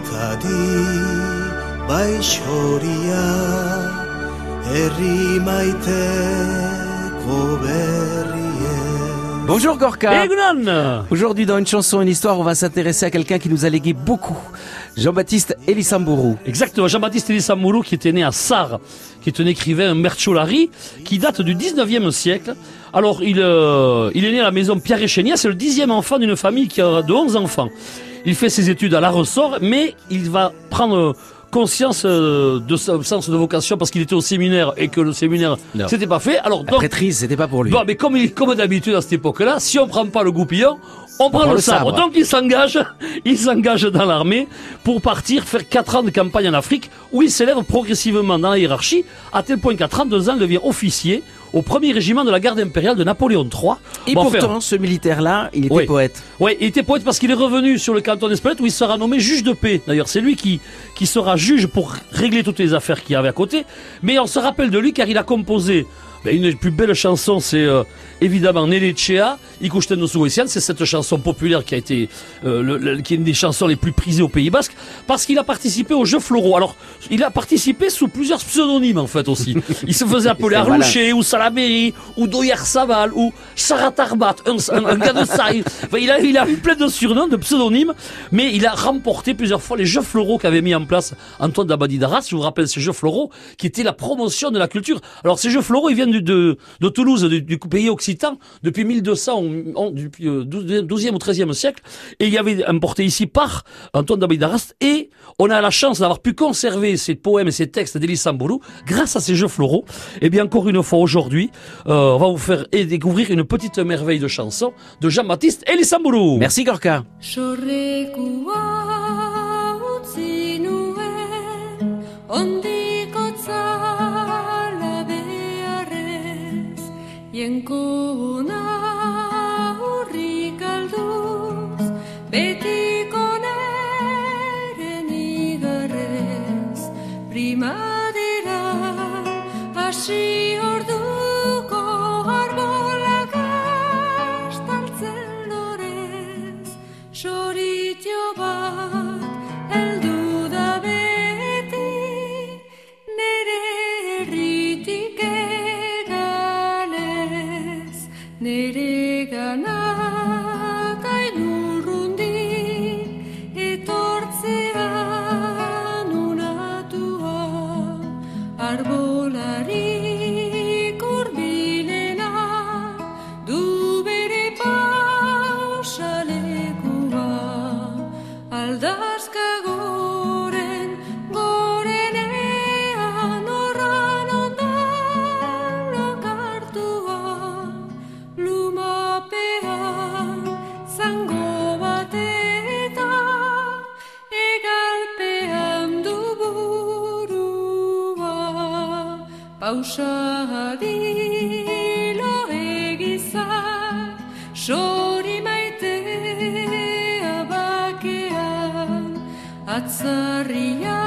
Maitadi bai xoria herri maiteko berrie. Bonjour Gorka. Egnan. Aujourd'hui dans Une chanson, une histoire, on va s'intéresser à quelqu'un qui nous a légué beaucoup. Jean-Baptiste Elissambourou. Exactement, Jean-Baptiste Elissambourou qui était né à Sarre, qui est un écrivain, un merciolari, qui date du 19e siècle. Alors il est né à la maison Pierre Echénia, c'est le 10e enfant d'une famille qui a de 11 enfants. Il fait ses études à La Ressort, mais il va prendre conscience de son sens de vocation parce qu'il était au séminaire et que le séminaire c'était pas fait. Alors La prêtrise, c'était pas pour lui. Bon, mais comme d'habitude à cette époque-là, si on prend pas le goupillon, on prend le sabre. Donc il s'engage dans l'armée pour partir faire 4 ans de campagne en Afrique où il s'élève progressivement dans la hiérarchie à tel point qu'à 32 ans, il devient officier au 1er régiment de la garde impériale de Napoléon III. Et pourtant, ce militaire-là, il était poète. Oui, il était poète parce qu'il est revenu sur le canton d'Espelette où il sera nommé juge de paix. D'ailleurs, c'est lui qui sera juge pour régler toutes les affaires qu'il y avait à côté. Mais on se rappelle de lui car il a composé une des plus belles chansons, c'est évidemment Nelecea, Ikusten no Sugoisian, c'est cette chanson populaire qui a été qui est une des chansons les plus prisées au Pays Basque, parce qu'il a participé aux Jeux Floraux. Alors, il a participé sous plusieurs pseudonymes en fait aussi. Il se faisait appeler Arlouché, ou Salameri, ou Doyer Saval, ou Saratarbat, un gars de ça. Enfin, il a eu plein de surnoms, de pseudonymes, mais il a remporté plusieurs fois les Jeux Floraux qu'avait mis en place Antoine Dabadi d'Arras. Je vous rappelle ces Jeux Floraux qui étaient la promotion de la culture. Alors, ces Jeux Floraux, ils viennent de Toulouse, du pays occitan, depuis 1200, depuis 12e ou 13e siècle, et il y avait importé ici par Antoine Dabadi d'Arras, et on a la chance d'avoir pu conserver ces poèmes et ces textes d'Elissambourou grâce à ces Jeux Floraux. Et bien encore une fois aujourd'hui, on va vous faire découvrir une petite merveille de chanson de Jean-Baptiste Elissambourou. Merci Gorka. Jenkona urrik alduz, betiko neren igarrez, primadera hasi orduko arbolak astaltzen lorez, soritio bat heldu da beti, nere herritik nere gana gainurrundik etortzean unatua arbolarik hurbilena du bere pausalekua aldazka goren gorenean horran ondan lokartua lumapean zango bat eta egalpean du burua pausadi lo egizak sori maitea bakean atzarria